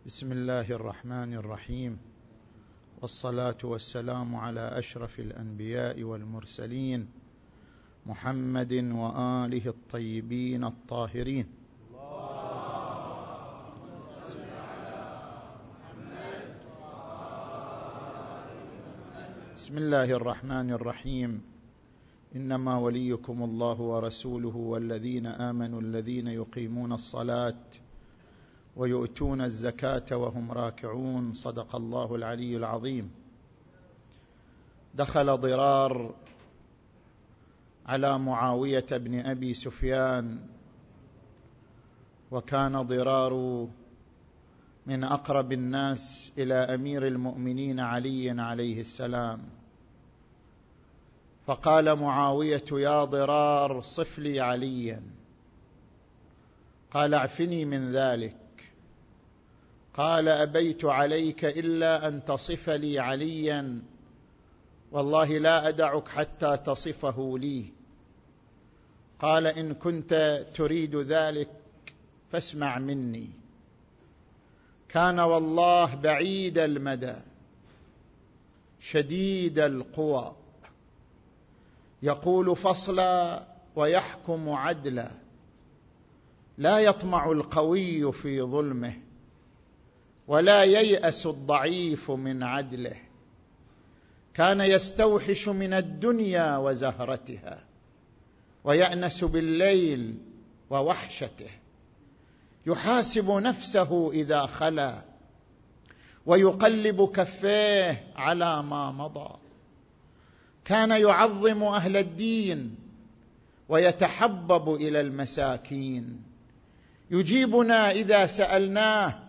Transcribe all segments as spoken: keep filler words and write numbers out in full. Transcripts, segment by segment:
بسم الله الرحمن الرحيم، والصلاة والسلام على أشرف الأنبياء والمرسلين محمد وآله الطيبين الطاهرين. بسم الله الرحمن الرحيم. إنما وليكم الله ورسوله والذين آمنوا الذين يقيمون الصلاة ويؤتون الزكاة وهم راكعون. صدق الله العلي العظيم. دخل ضرار على معاوية بن أبي سفيان، وكان ضرار من أقرب الناس إلى أمير المؤمنين علي عليه السلام، فقال معاوية: يا ضرار صف لي عليا. قال: اعفني من ذلك. قال: أبيت عليك إلا أن تصف لي عليا، والله لا أدعك حتى تصفه لي. قال: إن كنت تريد ذلك فاسمع مني. كان والله بعيد المدى شديد القوى، يقول فصلا ويحكم عدلا، لا يطمع القوي في ظلمه ولا ييأس الضعيف من عدله. كان يستوحش من الدنيا وزهرتها، ويأنس بالليل ووحشته، يحاسب نفسه إذا خلا، ويقلب كفيه على ما مضى. كان يعظم أهل الدين ويتحبب إلى المساكين، يجيبنا إذا سألناه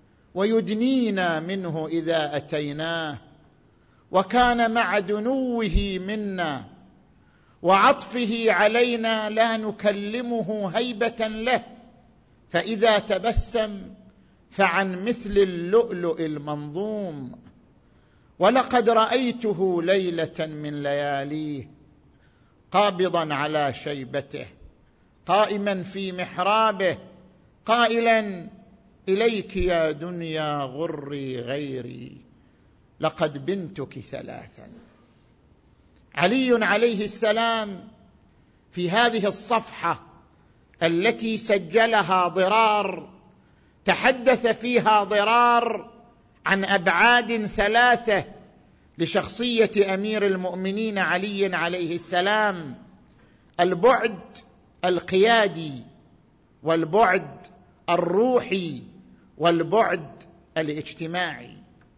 ويدنينا منه إذا أتيناه. وكان مع دنوه منا وعطفه علينا لا نكلمه هيبة له، فإذا تبسم فعن مثل اللؤلؤ المنظوم. ولقد رأيته ليلة من لياليه قابضا على شيبته، قائما في محرابه قائلا: إليك يا دنيا غري غيري، لقد بنتك ثلاثا. علي عليه السلام في هذه الصفحة التي سجلها ضرار تحدث فيها ضرار عن أبعاد ثلاثة لشخصية أمير المؤمنين علي عليه السلام: البعد القيادي، والبعد الروحي، والبعد الاجتماعي.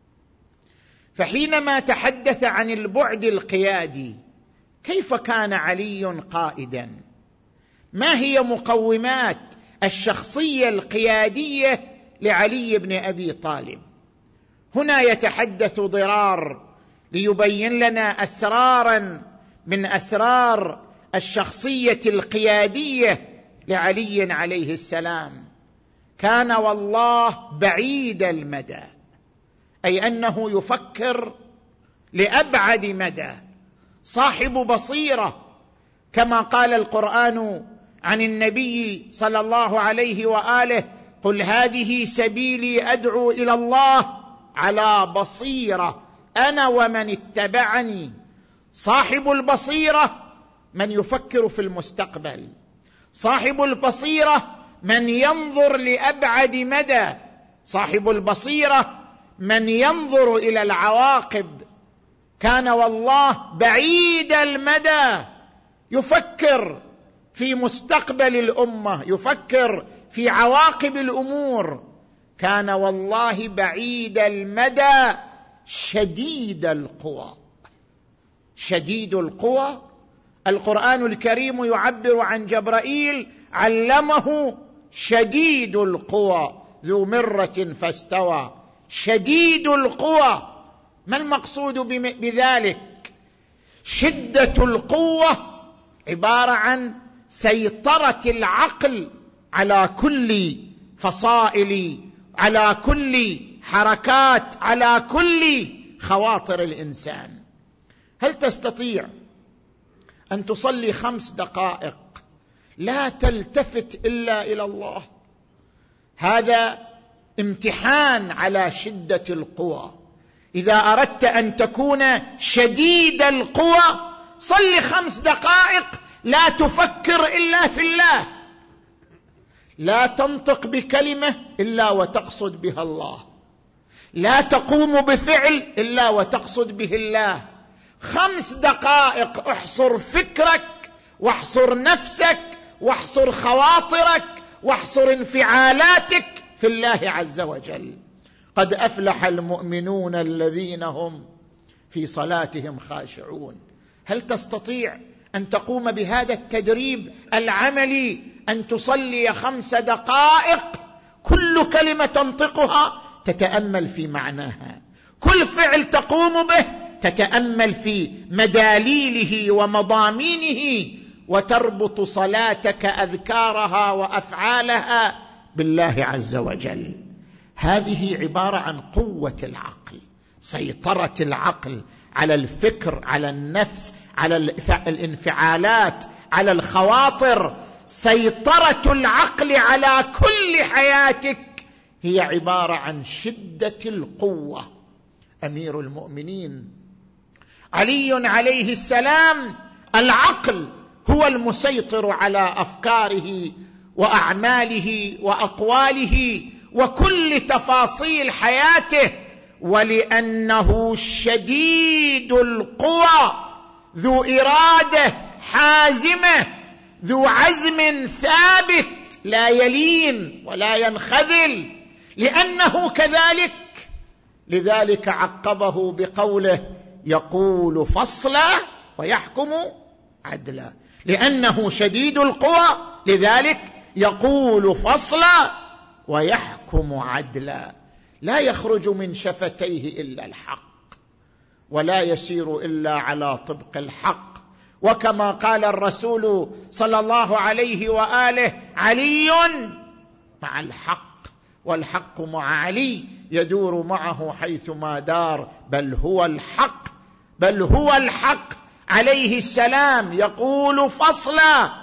فحينما تحدث عن البعد القيادي، كيف كان علي قائدا؟ ما هي مقومات الشخصية القيادية لعلي بن أبي طالب؟ هنا يتحدث ضرار ليبين لنا أسرارا من أسرار الشخصية القيادية لعلي عليه السلام. كان والله بعيد المدى، أي أنه يفكر لأبعد مدى، صاحب بصيرة، كما قال القرآن عن النبي صلى الله عليه وآله: قل هذه سبيلي أدعو إلى الله على بصيرة أنا ومن اتبعني. صاحب البصيرة من يفكر في المستقبل، صاحب البصيرة من ينظر لأبعد مدى، صاحب البصيرة من ينظر إلى العواقب. كان والله بعيد المدى، يفكر في مستقبل الأمة، يفكر في عواقب الأمور. كان والله بعيد المدى شديد القوى. شديد القوى، القرآن الكريم يعبر عن جبرائيل: علمه شديد القوى ذو مرة فاستوى. شديد القوى، ما المقصود بذلك؟ شدة القوة عبارة عن سيطرة العقل على كل فصائل، على كل حركات، على كل خواطر الإنسان. هل تستطيع أن تصلي خمس دقائق لا تلتفت إلا إلى الله؟ هذا امتحان على شدة القوى. إذا أردت أن تكون شديد القوى صل خمس دقائق لا تفكر إلا في الله، لا تنطق بكلمة إلا وتقصد بها الله، لا تقوم بفعل إلا وتقصد به الله. خمس دقائق احصر فكرك واحصر نفسك واحصر خواطرك واحصر انفعالاتك في الله عز وجل. قد أفلح المؤمنون الذين هم في صلاتهم خاشعون. هل تستطيع أن تقوم بهذا التدريب العملي، أن تصلي خمس دقائق كل كلمة تنطقها تتأمل في معناها، كل فعل تقوم به تتأمل في مداليله ومضامينه، وتربط صلاتك أذكارها وأفعالها بالله عز وجل؟ هذه عبارة عن قوة العقل، سيطرة العقل على الفكر، على النفس، على الانفعالات، على الخواطر. سيطرة العقل على كل حياتك هي عبارة عن شدة القوة. أمير المؤمنين علي عليه السلام العقل هو المسيطر على أفكاره وأعماله وأقواله وكل تفاصيل حياته، ولأنه شديد القوى ذو إرادة حازمة ذو عزم ثابت لا يلين ولا ينخذل، لأنه كذلك لذلك عقبه بقوله يقول فصلا ويحكم عدلا. لأنه شديد القوى لذلك يقول فصلا ويحكم عدلا، لا يخرج من شفتيه إلا الحق ولا يسير إلا على طبق الحق. وكما قال الرسول صلى الله عليه وآله علي مع الحق والحق مع علي يدور معه حيثما دار، بل هو الحق بل هو الحق عليه السلام يقول فصلا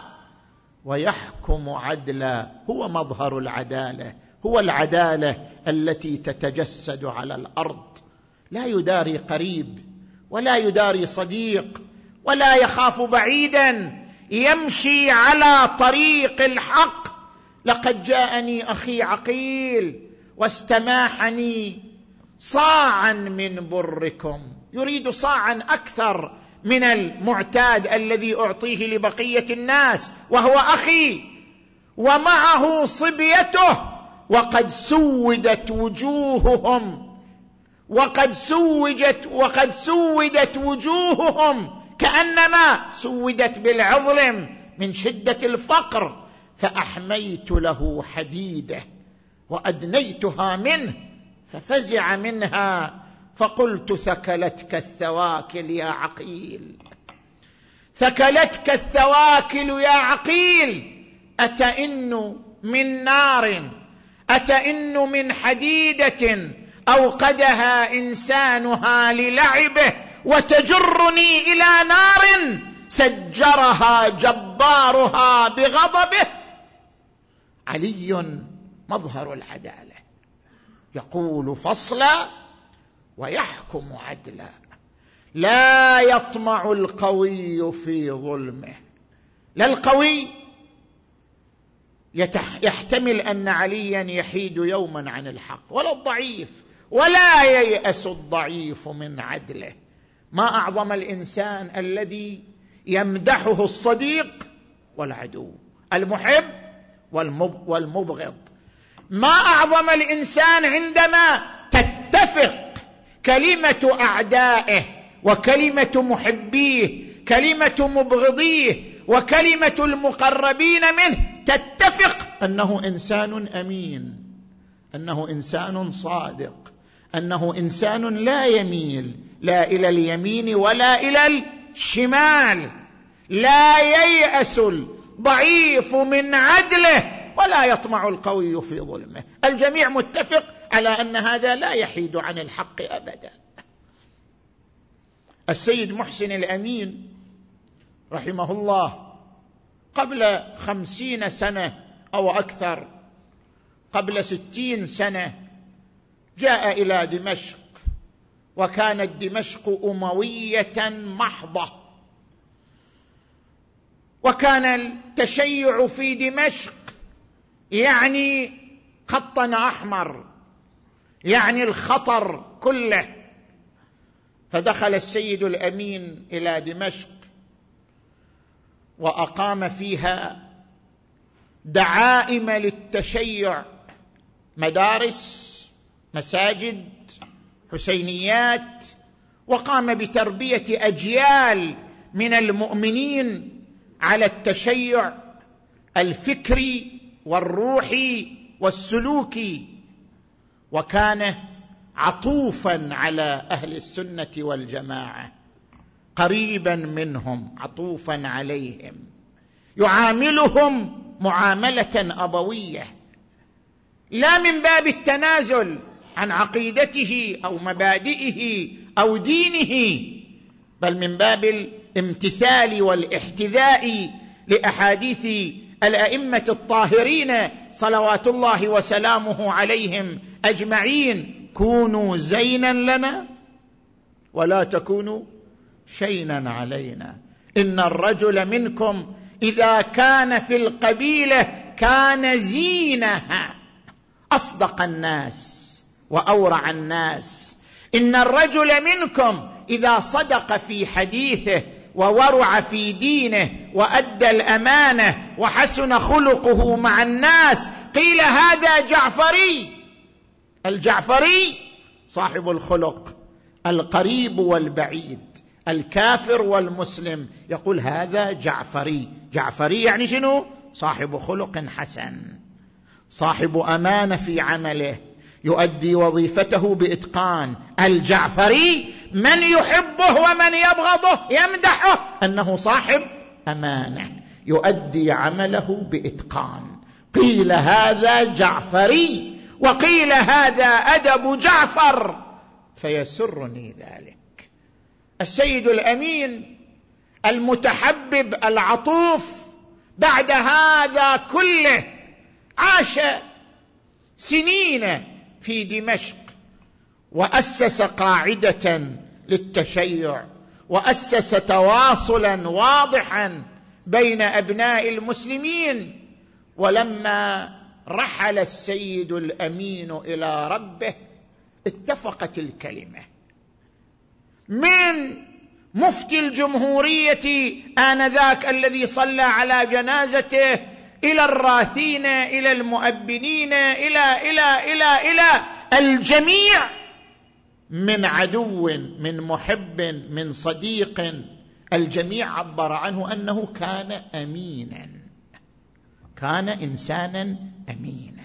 ويحكم عدلا. هو مظهر العدالة، هو العدالة التي تتجسد على الأرض، لا يداري قريب ولا يداري صديق ولا يخاف بعيدا، يمشي على طريق الحق. لقد جاءني أخي عقيل واستماحني صاعا من بركم، يريد صاعا أكثر من المعتاد الذي أعطيه لبقية الناس، وهو أخي ومعه صبيته، وقد سودت وجوههم وقد سوجت وقد سودت وجوههم كأنما سودت بالعظلم من شدة الفقر، فأحميت له حديدة وأدنيتها منه ففزع منها، فقلت ثكلتك الثواكل يا عقيل، ثكلتك الثواكل يا عقيل، أتئن من نار أتئن من حديدة أوقدها إنسانها للعبه، وتجرني إلى نار سجرها جبارها بغضبه. علي مظهر العدالة، يقول فصلا ويحكم عدلا. لا يطمع القوي في ظلمه، لا القوي يحتمل أن عليا يحيد يوما عن الحق، ولا الضعيف، ولا ييأس الضعيف من عدله. ما أعظم الإنسان الذي يمدحه الصديق والعدو، المحب والمبغض. ما أعظم الإنسان عندما تتفق كلمة أعدائه وكلمة محبيه، كلمة مبغضيه وكلمة المقربين منه، تتفق أنه إنسان أمين، أنه إنسان صادق، أنه إنسان لا يميل لا إلى اليمين ولا إلى الشمال، لا ييأس الضعيف من عدله ولا يطمع القوي في ظلمه. الجميع متفق على أن هذا لا يحيد عن الحق أبدا. السيد محسن الأمين رحمه الله قبل خمسين سنة أو أكثر، قبل ستين سنة، جاء إلى دمشق، وكانت دمشق أموية محضة، وكان التشيع في دمشق يعني خطا أحمر، يعني الخطر كله. فدخل السيد الأمين إلى دمشق وأقام فيها دعائم للتشيع، مدارس، مساجد، حسينيات، وقام بتربية أجيال من المؤمنين على التشيع الفكري والروحي والسلوكي، وكان عطوفا على أهل السنة والجماعة، قريبا منهم، عطوفا عليهم، يعاملهم معاملة أبوية، لا من باب التنازل عن عقيدته أو مبادئه أو دينه، بل من باب الامتثال والاحتذاء لأحاديث الأئمة الطاهرين صلوات الله وسلامه عليهم أجمعين: كونوا زينا لنا ولا تكونوا شينا علينا. إن الرجل منكم إذا كان في القبيلة كان زينها، أصدق الناس وأورع الناس. إن الرجل منكم إذا صدق في حديثه وورع في دينه وأدى الأمانة وحسن خلقه مع الناس قيل هذا جعفري. الجعفري صاحب الخلق، القريب والبعيد، الكافر والمسلم يقول هذا جعفري. جعفري يعني شنو؟ صاحب خلق حسن، صاحب أمانة في عمله، يؤدي وظيفته بإتقان. الجعفري من يحبه ومن يبغضه يمدحه أنه صاحب أمانة، يؤدي عمله بإتقان. قيل هذا جعفري، وقيل هذا أدب جعفر، فيسرني ذلك. السيد الأمين المتحبب العطوف بعد هذا كله عاش سنين في دمشق، وأسس قاعدة للتشيع، وأسس تواصلا واضحا بين أبناء المسلمين. ولما رحل السيد الأمين إلى ربه اتفقت الكلمة من مفتي الجمهورية آنذاك الذي صلى على جنازته، إلى الراثين، إلى المؤبنين، إلى إلى إلى إلى الجميع، من عدو، من محب، من صديق، الجميع عبر عنه أنه كان أمينا، كان إنسانا أمينا.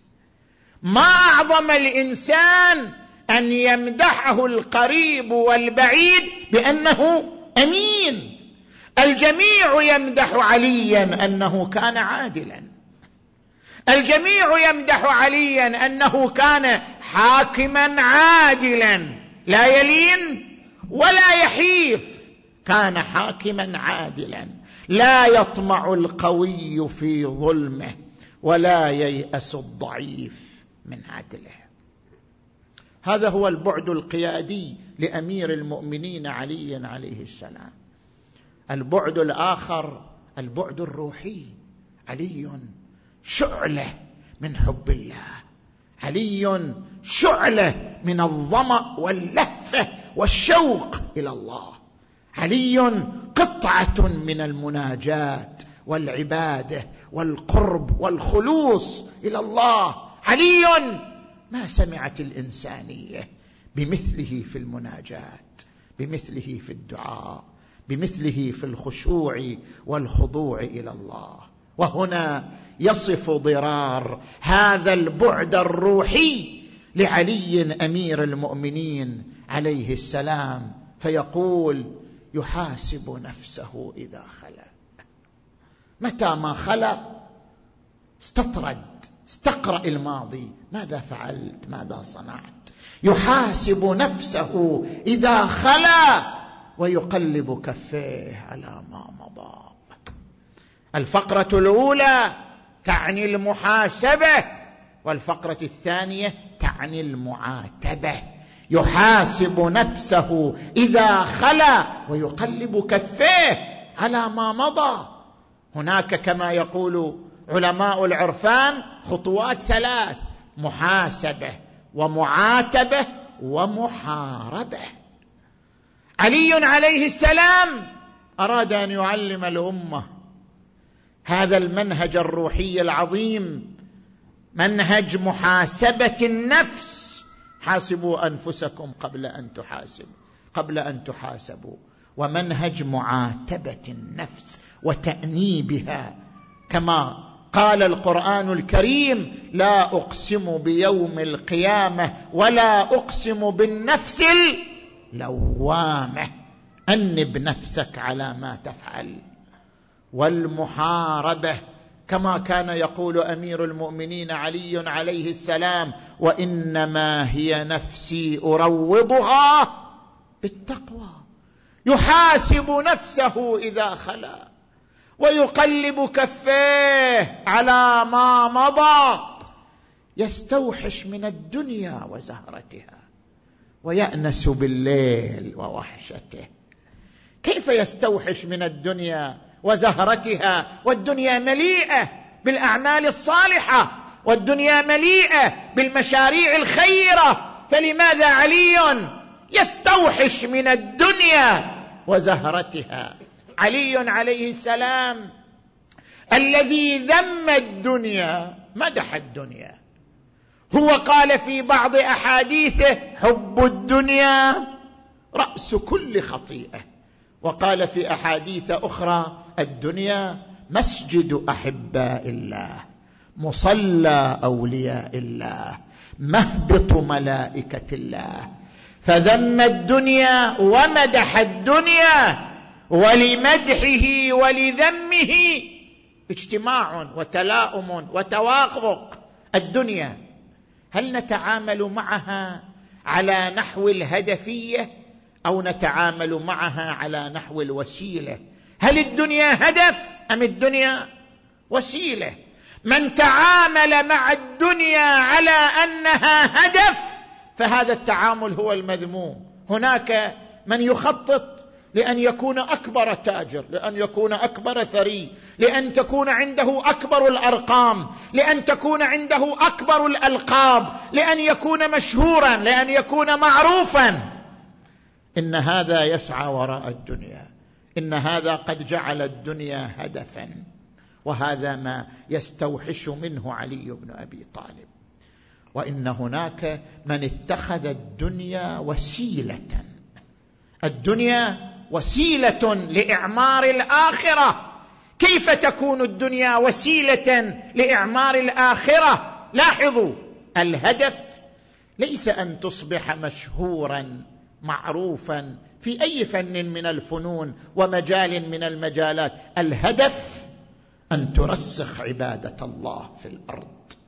ما أعظم الإنسان أن يمدحه القريب والبعيد بأنه أمين. الجميع يمدح عليا أنه كان عادلا، الجميع يمدح عليا أنه كان حاكما عادلا، لا يلين ولا يحيف، كان حاكما عادلا، لا يطمع القوي في ظلمه ولا ييأس الضعيف من عدله. هذا هو البعد القيادي لأمير المؤمنين علي عليه السلام. البعد الآخر البعد الروحي. علي شعلة من حب الله، علي شعلة من الظمأ واللهفة والشوق إلى الله، علي قطعة من المناجاة والعبادة والقرب والخلوص إلى الله. علي ما سمعت الإنسانية بمثله في المناجاة، بمثله في الدعاء، بمثله في الخشوع والخضوع إلى الله. وهنا يصف ضرار هذا البعد الروحي لعلي أمير المؤمنين عليه السلام، فيقول يحاسب نفسه إذا خلا. متى ما خلا استطرد، استقرأ الماضي، ماذا فعلت، ماذا صنعت. يحاسب نفسه إذا خلا ويقلب كفيه على ما مضى. الفقرة الأولى تعني المحاسبة، والفقرة الثانية تعني المعاتبة، يحاسب نفسه إذا خلا ويقلب كفيه على ما مضى. هناك كما يقول علماء العرفان خطوات ثلاث: محاسبة ومعاتبة ومحاربة. علي عليه السلام أراد أن يعلم الأمة هذا المنهج الروحي العظيم، منهج محاسبة النفس. حاسبوا أنفسكم قبل أن تحاسبوا قبل أن تحاسبوا ومنهج معاتبة النفس وتأنيبها، كما قال القرآن الكريم: لا أقسم بيوم القيامة ولا أقسم بالنفس اللوامة. أنب نفسك على ما تفعل. والمحاربة كما كان يقول أمير المؤمنين علي عليه السلام: وإنما هي نفسي أروضها بالتقوى. يحاسب نفسه إذا خلا ويقلب كفيه على ما مضى، يستوحش من الدنيا وزهرتها ويأنس بالليل ووحشته. كيف يستوحش من الدنيا وزهرتها والدنيا مليئة بالأعمال الصالحة والدنيا مليئة بالمشاريع الخيرة؟ فلماذا علي يستوحش من الدنيا وزهرتها؟ علي عليه السلام الذي ذم الدنيا مدح الدنيا. هو قال في بعض أحاديثه: حب الدنيا رأس كل خطيئة. وقال في أحاديث أخرى: الدنيا مسجد أحباء الله، مصلى أولياء الله، مهبط ملائكة الله. فذم الدنيا ومدح الدنيا، ولمدحه ولذمه اجتماع وتلاؤم وتوافق. الدنيا هل نتعامل معها على نحو الهدفية أو نتعامل معها على نحو الوسيلة؟ هل الدنيا هدف أم الدنيا وسيلة؟ من تعامل مع الدنيا على أنها هدف فهذا التعامل هو المذموم. هناك من يخطط لأن يكون أكبر تاجر، لأن يكون أكبر ثري، لأن تكون عنده أكبر الأرقام، لأن تكون عنده أكبر الألقاب، لأن يكون مشهورا، لأن يكون معروفا. إن هذا يسعى وراء الدنيا، إن هذا قد جعل الدنيا هدفا، وهذا ما يستوحش منه علي بن أبي طالب. وإن هناك من اتخذ الدنيا وسيلة، الدنيا وسيلة لإعمار الآخرة. كيف تكون الدنيا وسيلة لإعمار الآخرة؟ لاحظوا، الهدف ليس أن تصبح مشهورا معروفا في أي فن من الفنون ومجال من المجالات. الهدف أن ترسخ عبادة الله في الأرض.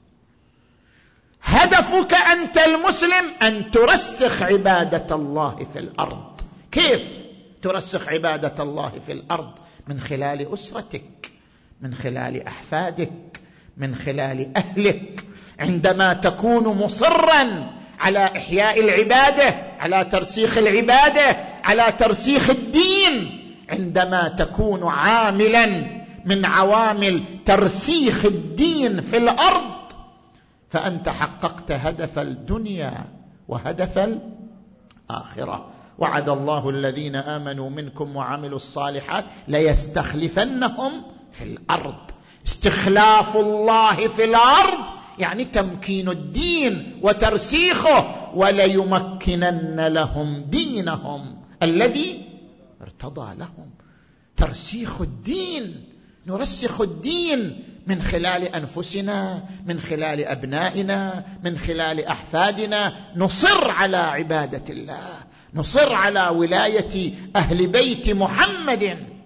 هدفك أنت المسلم أن ترسخ عبادة الله في الأرض. كيف ترسخ عبادة الله في الأرض؟ من خلال أسرتك، من خلال أحفادك، من خلال أهلك. عندما تكون مصرا على إحياء العبادة، على ترسيخ العبادة، على ترسيخ الدين، عندما تكون عاملا من عوامل ترسيخ الدين في الأرض، فأنت حققت هدف الدنيا وهدف الآخرة. وعد الله الذين آمنوا منكم وعملوا الصالحات ليستخلفنهم في الأرض. استخلاف الله في الأرض يعني تمكين الدين وترسيخه. وليمكنن لهم دينهم الذي ارتضى لهم. ترسيخ الدين، نرسخ الدين من خلال أنفسنا، من خلال أبنائنا، من خلال أحفادنا. نصر على عبادة الله، نصر على ولاية أهل بيت محمد.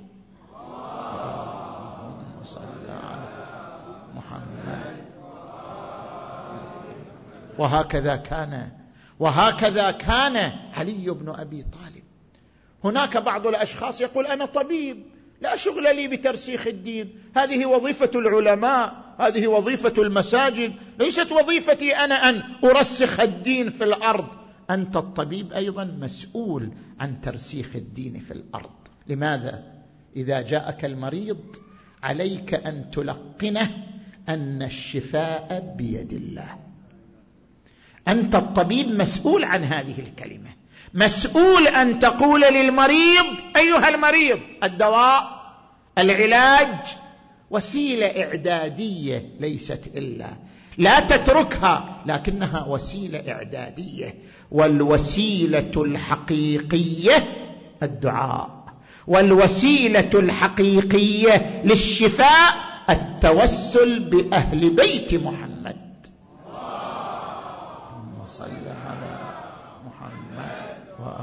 اللهم صل على محمد. وهكذا كان وهكذا كان علي بن أبي طالب. هناك بعض الأشخاص يقول: أنا طبيب، لا شغل لي بترسيخ الدين، هذه وظيفة العلماء، هذه وظيفة المساجد، ليست وظيفتي أنا أن أرسخ الدين في الأرض. أنت الطبيب أيضا مسؤول عن ترسيخ الدين في الأرض. لماذا؟ إذا جاءك المريض عليك أن تلقنه أن الشفاء بيد الله. أنت الطبيب مسؤول عن هذه الكلمة، مسؤول أن تقول للمريض: أيها المريض، الدواء، العلاج وسيلة إعدادية ليست إلا، لا تتركها، لكنها وسيلة إعدادية، والوسيلة الحقيقية الدعاء، والوسيلة الحقيقية للشفاء التوسل بأهل بيت محمد. اللهم صل على محمد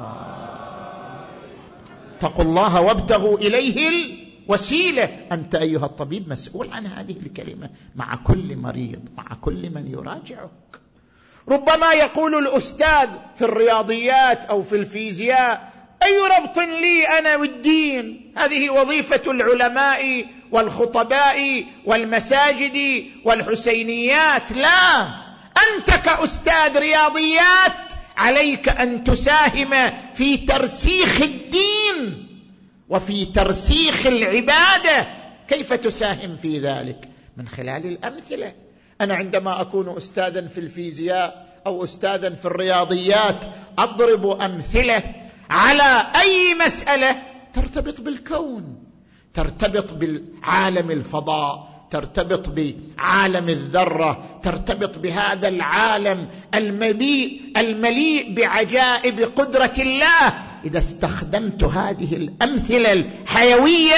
وآله. اتقوا الله وابتغوا إليه الوسيلة. أنت أيها الطبيب مسؤول عن هذه الكلمة مع كل مريض، مع كل من يراجعك. ربما يقول الأستاذ في الرياضيات أو في الفيزياء: أي ربط لي أنا والدين؟ هذه وظيفة العلماء والخطباء والمساجد والحسينيات. لا، أنت كأستاذ رياضيات عليك أن تساهم في ترسيخ الدين وفي ترسيخ العبادة. كيف تساهم في ذلك؟ من خلال الأمثلة. أنا عندما أكون أستاذا في الفيزياء أو أستاذا في الرياضيات أضرب أمثلة على أي مسألة ترتبط بالكون، ترتبط بالعالم الفضاء، ترتبط بعالم الذرة، ترتبط بهذا العالم المليء المليء بعجائب قدرة الله. إذا استخدمت هذه الأمثلة الحيوية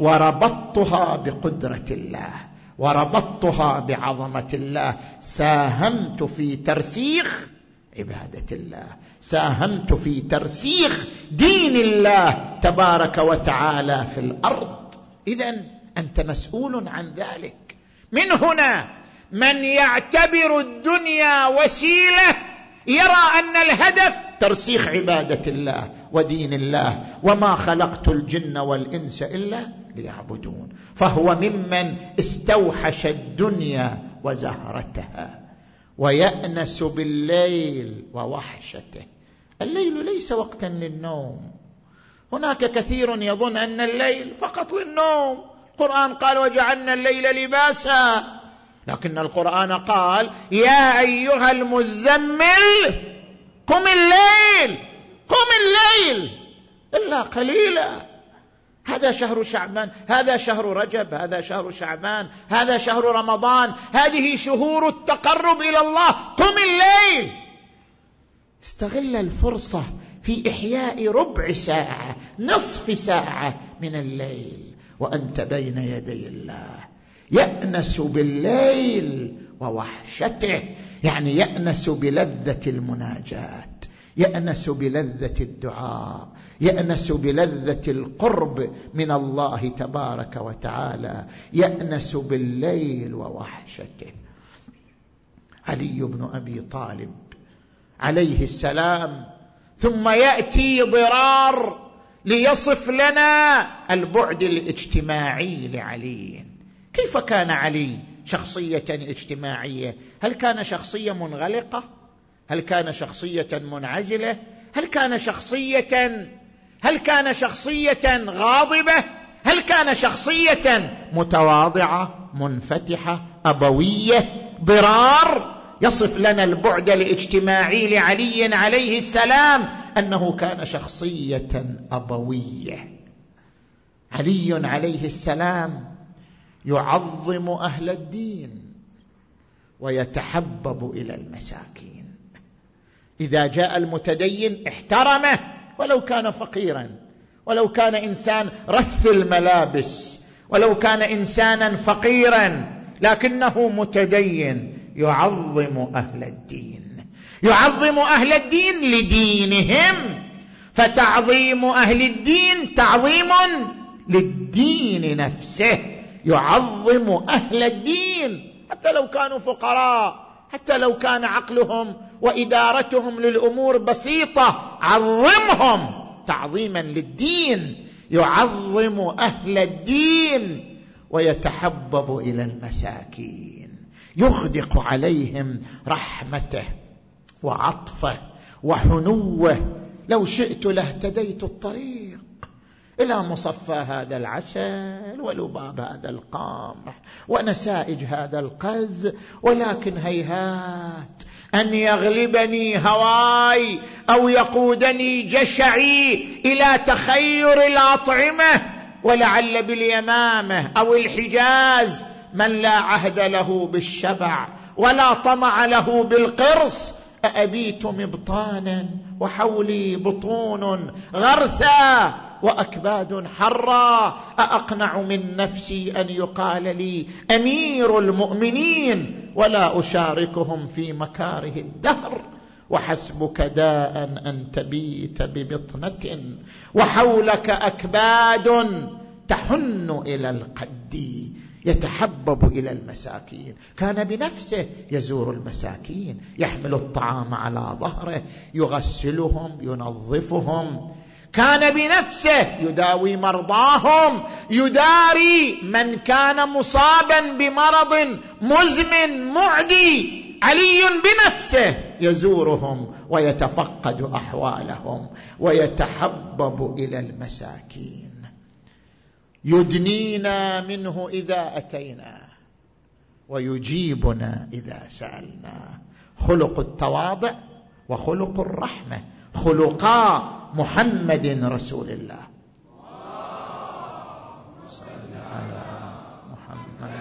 وربطتها بقدرة الله وربطتها بعظمة الله، ساهمت في ترسيخ عبادة الله، ساهمت في ترسيخ دين الله تبارك وتعالى في الأرض. إذن أنت مسؤول عن ذلك. من هنا من يعتبر الدنيا وسيلة يرى أن الهدف ترسيخ عبادة الله ودين الله، وما خلقت الجن والإنس إلا ليعبدون، فهو ممن استوحش الدنيا وزهرتها ويأنس بالليل ووحشته. الليل ليس وقتا للنوم. هناك كثير يظن أن الليل فقط للنوم. القرآن قال: وجعلنا الليل لباسا، لكن القرآن قال: يا أيها المزمل قم الليل، قم الليل إلا قليلا. هذا شهر شعبان، هذا شهر رجب، هذا شهر شعبان، هذا شهر رمضان، هذه شهور التقرب إلى الله. قم الليل، استغل الفرصة في إحياء ربع ساعة، نصف ساعة من الليل وأنت بين يدي الله. يأنس بالليل ووحشته، يعني يأنس بلذة المناجاة، يأنس بلذة الدعاء، يأنس بلذة القرب من الله تبارك وتعالى، يأنس بالليل ووحشته. علي بن أبي طالب عليه السلام ثم يأتي ضرار ليصف لنا البعد الاجتماعي لعلي. كيف كان علي شخصية اجتماعية؟ هل كان شخصية منغلقة؟ هل كان شخصية منعزلة؟ هل كان شخصية هل كان شخصية غاضبة؟ هل كان شخصية متواضعة منفتحة أبوية؟ ضرار يصف لنا البعد الاجتماعي لعلي عليه السلام أنه كان شخصية أبوية. علي عليه السلام يعظم أهل الدين ويتحبب إلى المساكين. إذا جاء المتدين احترمه ولو كان فقيرا، ولو كان إنسان رث الملابس، ولو كان إنسانا فقيرا، لكنه متدين يعظم أهل الدين، يعظم أهل الدين لدينهم. فتعظيم أهل الدين تعظيم للدين نفسه. يعظم أهل الدين حتى لو كانوا فقراء، حتى لو كان عقلهم وإدارتهم للأمور بسيطة، عظمهم تعظيما للدين. يعظم أهل الدين ويتحبب إلى المساكين، يغدق عليهم رحمته وعطفه وحنوه. لو شئت لاهتديت الطريق إلى مصفى هذا العسل ولباب هذا القمح ونسائج هذا القز، ولكن هيهات أن يغلبني هواي أو يقودني جشعي إلى تخير الأطعمة، ولعل باليمامة أو الحجاز من لا عهد له بالشبع ولا طمع له بالقرص، أأبيت مبطانا وحولي بطون غرثا وأكباد حرا، أأقنع من نفسي أن يقال لي أمير المؤمنين ولا أشاركهم في مكاره الدهر، وحسبك داء أن تبيت ببطنة وحولك أكباد تحن إلى القد. يتحبب إلى المساكين، كان بنفسه يزور المساكين، يحمل الطعام على ظهره، يغسلهم، ينظفهم، كان بنفسه يداوي مرضاهم، يداري من كان مصابا بمرض مزمن معدي. علي بنفسه يزورهم ويتفقد أحوالهم ويتحبب إلى المساكين. يدنينا منه إذا أتينا ويجيبنا إذا سألنا. خلق التواضع وخلق الرحمة خلقا محمد رسول الله. صلى على محمد.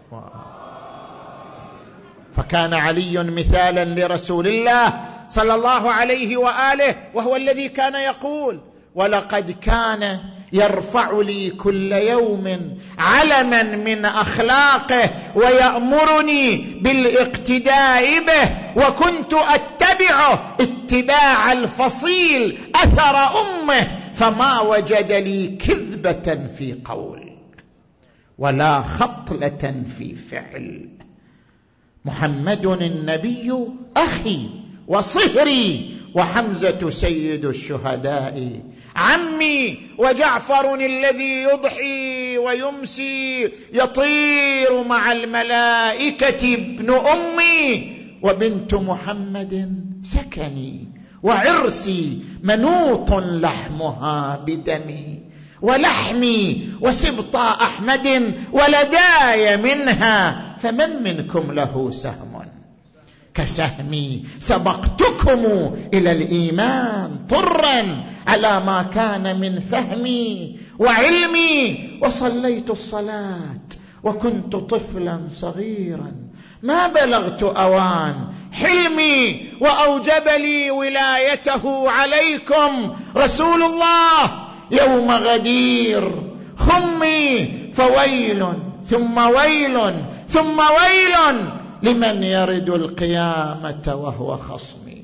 فكان علي مثالا لرسول الله صلى الله عليه وآله، وهو الذي كان يقول: ولقد كان يرفع لي كل يوم علما من أخلاقه ويأمرني بالاقتداء به، وكنت أتبعه اتباع الفصيل أثر أمه، فما وجد لي كذبة في قول ولا خطلة في فعل. محمد النبي أخي وصهري، وحمزة سيد الشهداء عمي، وجعفر الذي يضحي ويمسي يطير مع الملائكة ابن أمي، وبنت محمد سكني وعرسي منوط لحمها بدمي، ولحمي وسبط أحمد ولداي منها، فمن منكم له سهم كسهمي، سبقتكم إلى الإيمان طرا على ما كان من فهمي وعلمي، وصليت الصلاة وكنت طفلا صغيرا ما بلغت أوان حلمي، وأوجب لي ولايته عليكم رسول الله يوم غدير خمي، فويل ثم ويل ثم ويل لمن يرد القيامة وهو خصمي.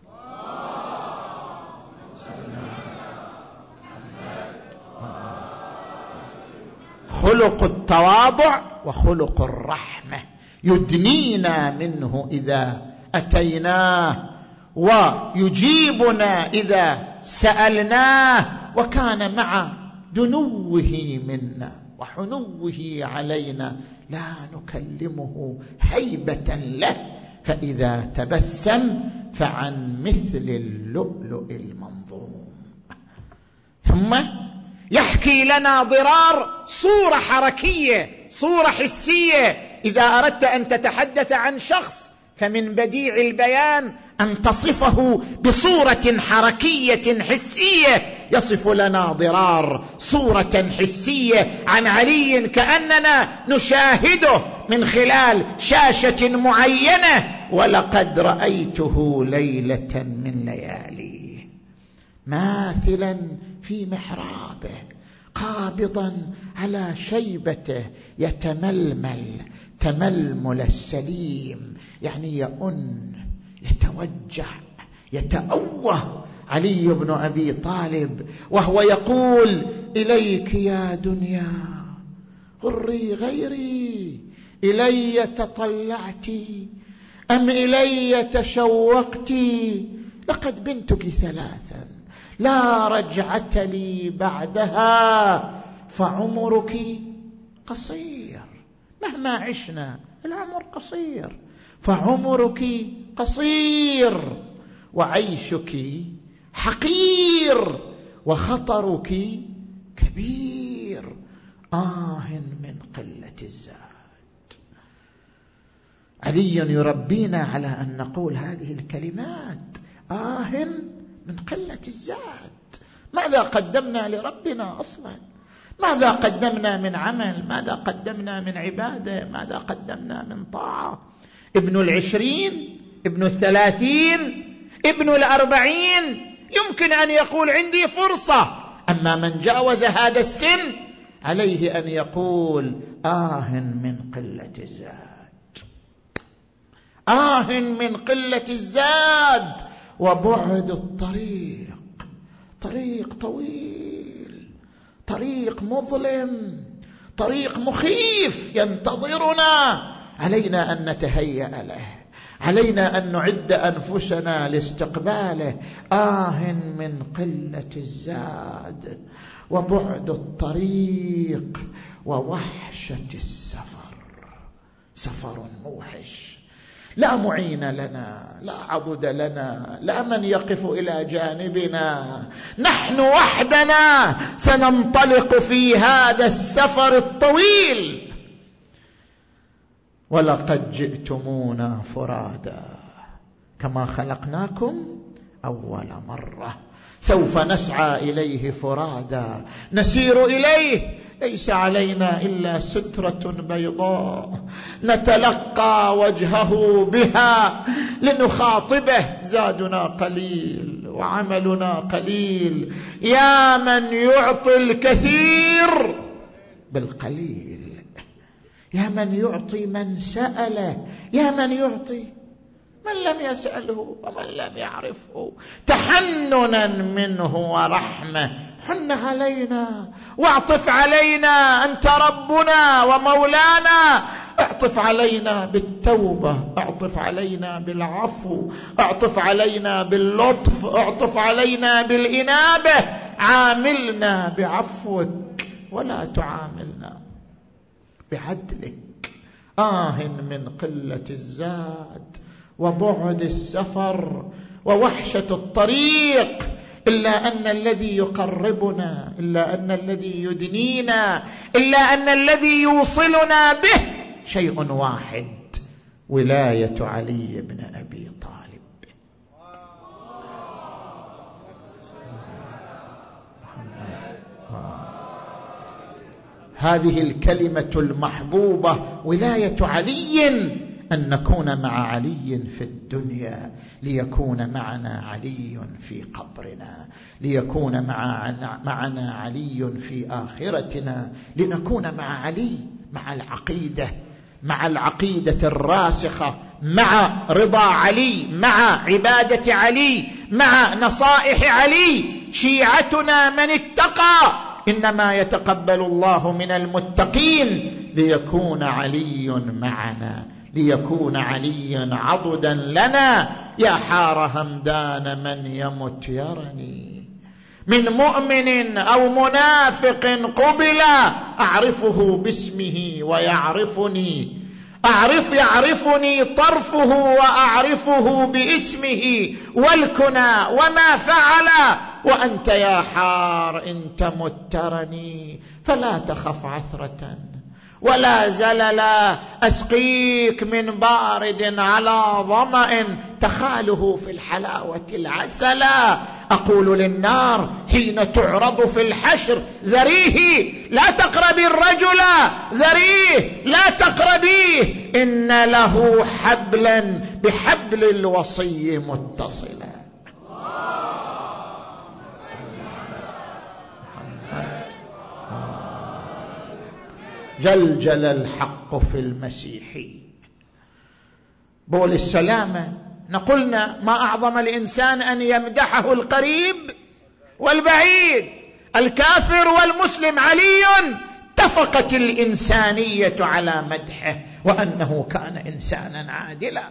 خلق التواضع وخلق الرحمة يدنينا منه إذا أتيناه ويجيبنا إذا سألناه، وكان مع دنوه منا وحنوه علينا لا نكلمه هيبة له، فإذا تبسم فعن مثل اللؤلؤ المنظوم. ثم يحكي لنا ضرار صورة حركية، صورة حسية. إذا أردت أن تتحدث عن شخص فمن بديع البيان أن تصفه بصورة حركية حسية. يصف لنا ضرار صورة حسية عن علي كأننا نشاهده من خلال شاشة معينة. ولقد رأيته ليلة من ليالي ماثلا في محرابه قابضا على شيبته يتململ تململ السليم، يعني يئن يتوجع يتأوه علي بن أبي طالب، وهو يقول: إليك يا دنيا غري غيري، إلي تطلعت أم إلي تشوقت؟ لقد بنتك ثلاثا لا رجعة لي بعدها، فعمرك قصير، مهما عشنا العمر قصير، فعمرك قصير وعيشك حقير وخطرك كبير. آه من قلة الزاد. علي يربينا على أن نقول هذه الكلمات، آه من قلة الزاد. ماذا قدمنا لربنا أصلا؟ ماذا قدمنا من عمل؟ ماذا قدمنا من عبادة؟ ماذا قدمنا من طاعة؟ ابن العشرين، ابن الثلاثين، ابن الأربعين يمكن أن يقول عندي فرصة، أما من جاوز هذا السن عليه أن يقول آه من قلة الزاد، آه من قلة الزاد وبعد الطريق. طريق طويل، طريق مظلم، طريق مخيف ينتظرنا، علينا أن نتهيأ له، علينا أن نعد أنفسنا لاستقباله. آه من قلة الزاد وبعد الطريق ووحشة السفر. سفر موحش، لا معين لنا، لا عضد لنا، لا من يقف إلى جانبنا، نحن وحدنا سننطلق في هذا السفر الطويل. ولقد جئتمونا فرادا كما خلقناكم أول مرة، سوف نسعى إليه فرادا، نسير إليه، ليس علينا إلا سترة بيضاء نتلقى وجهه بها لنخاطبه. زادنا قليل وعملنا قليل، يا من يعطي الكثير بالقليل، يا من يعطي من سأله، يا من يعطي من لم يسأله ومن لم يعرفه، تحننا منه ورحمة. حن علينا واعطف علينا، أنت ربنا ومولانا، اعطف علينا بالتوبة، اعطف علينا بالعفو، اعطف علينا باللطف، اعطف علينا بالإنابة. عاملنا بعفوك ولا تعاملنا بعدلك. آه من قلة الزاد وبعد السفر ووحشة الطريق، إلا أن الذي يقربنا، إلا أن الذي يدنينا، إلا أن الذي يوصلنا به شيء واحد، ولاية علي بن أبي طالب. هذه الكلمة المحبوبة ولاية علي، أن نكون مع علي في الدنيا ليكون معنا علي في قبرنا، ليكون معنا علي في آخرتنا، لنكون مع علي، مع العقيدة، مع العقيدة الراسخة، مع رضا علي، مع عبادة علي، مع نصائح علي. شيعتنا من اتقى إنما يتقبل الله من المتقين، ليكون علي معنا، ليكون علي عضدا لنا. يا حار همدان من يمت يرني، من مؤمن أو منافق قبل، أعرفه باسمه ويعرفني، أعرف يعرفني طرفه وأعرفه باسمه والكنى وما فعل. وأنت يا حار إن تمت ترني، فلا تخف عثرة ولا زللا، أسقيك من بارد على ظمأ تخاله في الحلاوة العسلا. أقول للنار حين تعرض في الحشر ذريه لا تقربي الرجل، ذريه لا تقربيه، إن له حبلا بحبل الوصي متصلا. جلجل الحق في المسيح. بول السلامة نقولنا ما أعظم الإنسان أن يمدحه القريب والبعيد، الكافر والمسلم. علي اتفقت الإنسانية على مدحه، وأنه كان إنسانا عادلا،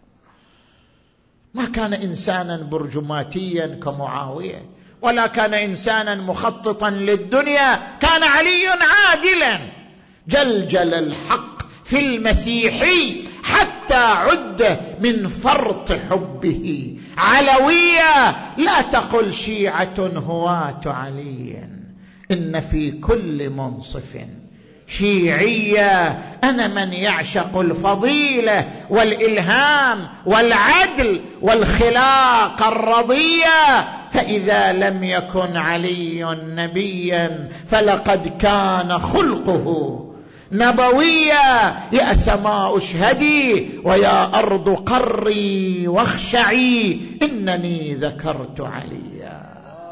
ما كان إنسانا برجماتيا كمعاوية، ولا كان إنسانا مخططا للدنيا، كان علي عادلا. جلجل الحق في المسيحي حتى عد من فرط حبه علوية. لا تقل شيعة هواة علي، إن في كل منصف شيعية. أنا من يعشق الفضيلة والإلهام والعدل والخلاق الرضية، فإذا لم يكن علي نبيا فلقد كان خلقه نبويا. يا سماء اشهدي ويا أرض قري واخشعي، إنني ذكرت عليا.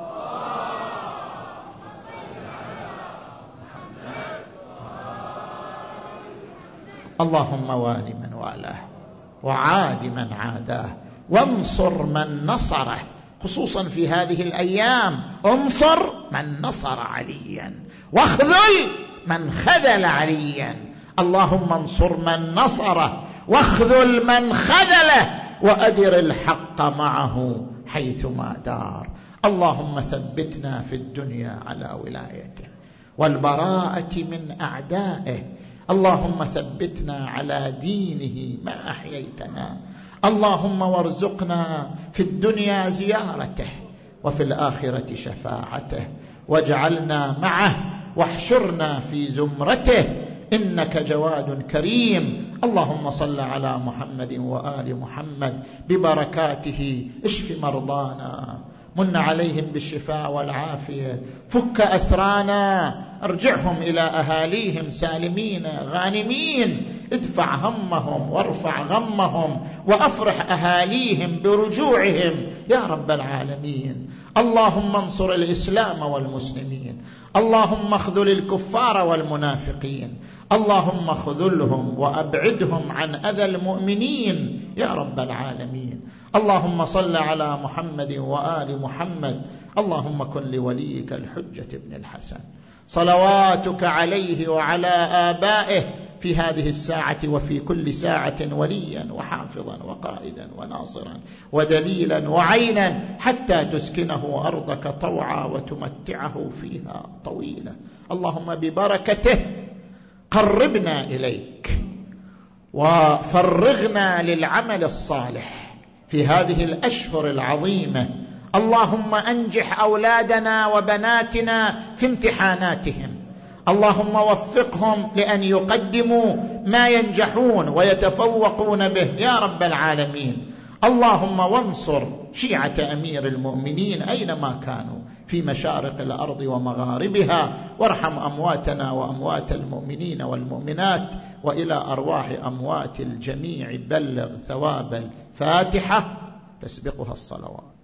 اللهم وال من والاه وعاد من عاداه وانصر من نصره، خصوصا في هذه الأيام. انصر من نصر عليا واخذل من خذل عليا. اللهم انصر من نصره واخذل من خذله وأدر الحق معه حيثما دار. اللهم ثبتنا في الدنيا على ولايته والبراءة من أعدائه. اللهم ثبتنا على دينه ما أحييتنا. اللهم وارزقنا في الدنيا زيارته وفي الآخرة شفاعته، واجعلنا معه واحشرنا في زمرته، إنك جواد كريم. اللهم صل على محمد وآل محمد ببركاته. اشف مرضانا، من عليهم بالشفاء والعافية، فك أسرانا، ارجعهم إلى أهاليهم سالمين غانمين، ادفع همهم وارفع غمهم وأفرح أهاليهم برجوعهم يا رب العالمين. اللهم انصر الإسلام والمسلمين، اللهم اخذل الكفار والمنافقين، اللهم خذلهم وأبعدهم عن أذى المؤمنين يا رب العالمين. اللهم صل على محمد وآل محمد. اللهم كن لوليك الحجة بن الحسن صلواتك عليه وعلى آبائه في هذه الساعة وفي كل ساعة وليا وحافظا وقائدا وناصرا ودليلا وعينا، حتى تسكنه أرضك طوعا وتمتعه فيها طويلا. اللهم ببركته قربنا إليك وفرغنا للعمل الصالح في هذه الأشهر العظيمة. اللهم أنجح أولادنا وبناتنا في امتحاناتهم، اللهم وفقهم لأن يقدموا ما ينجحون ويتفوقون به يا رب العالمين. اللهم وانصر شيعة أمير المؤمنين أينما كانوا في مشارق الأرض ومغاربها، وارحم أمواتنا وأموات المؤمنين والمؤمنات، وإلى أرواح أموات الجميع بلغ ثواب الفاتحة تسبقها الصلوات.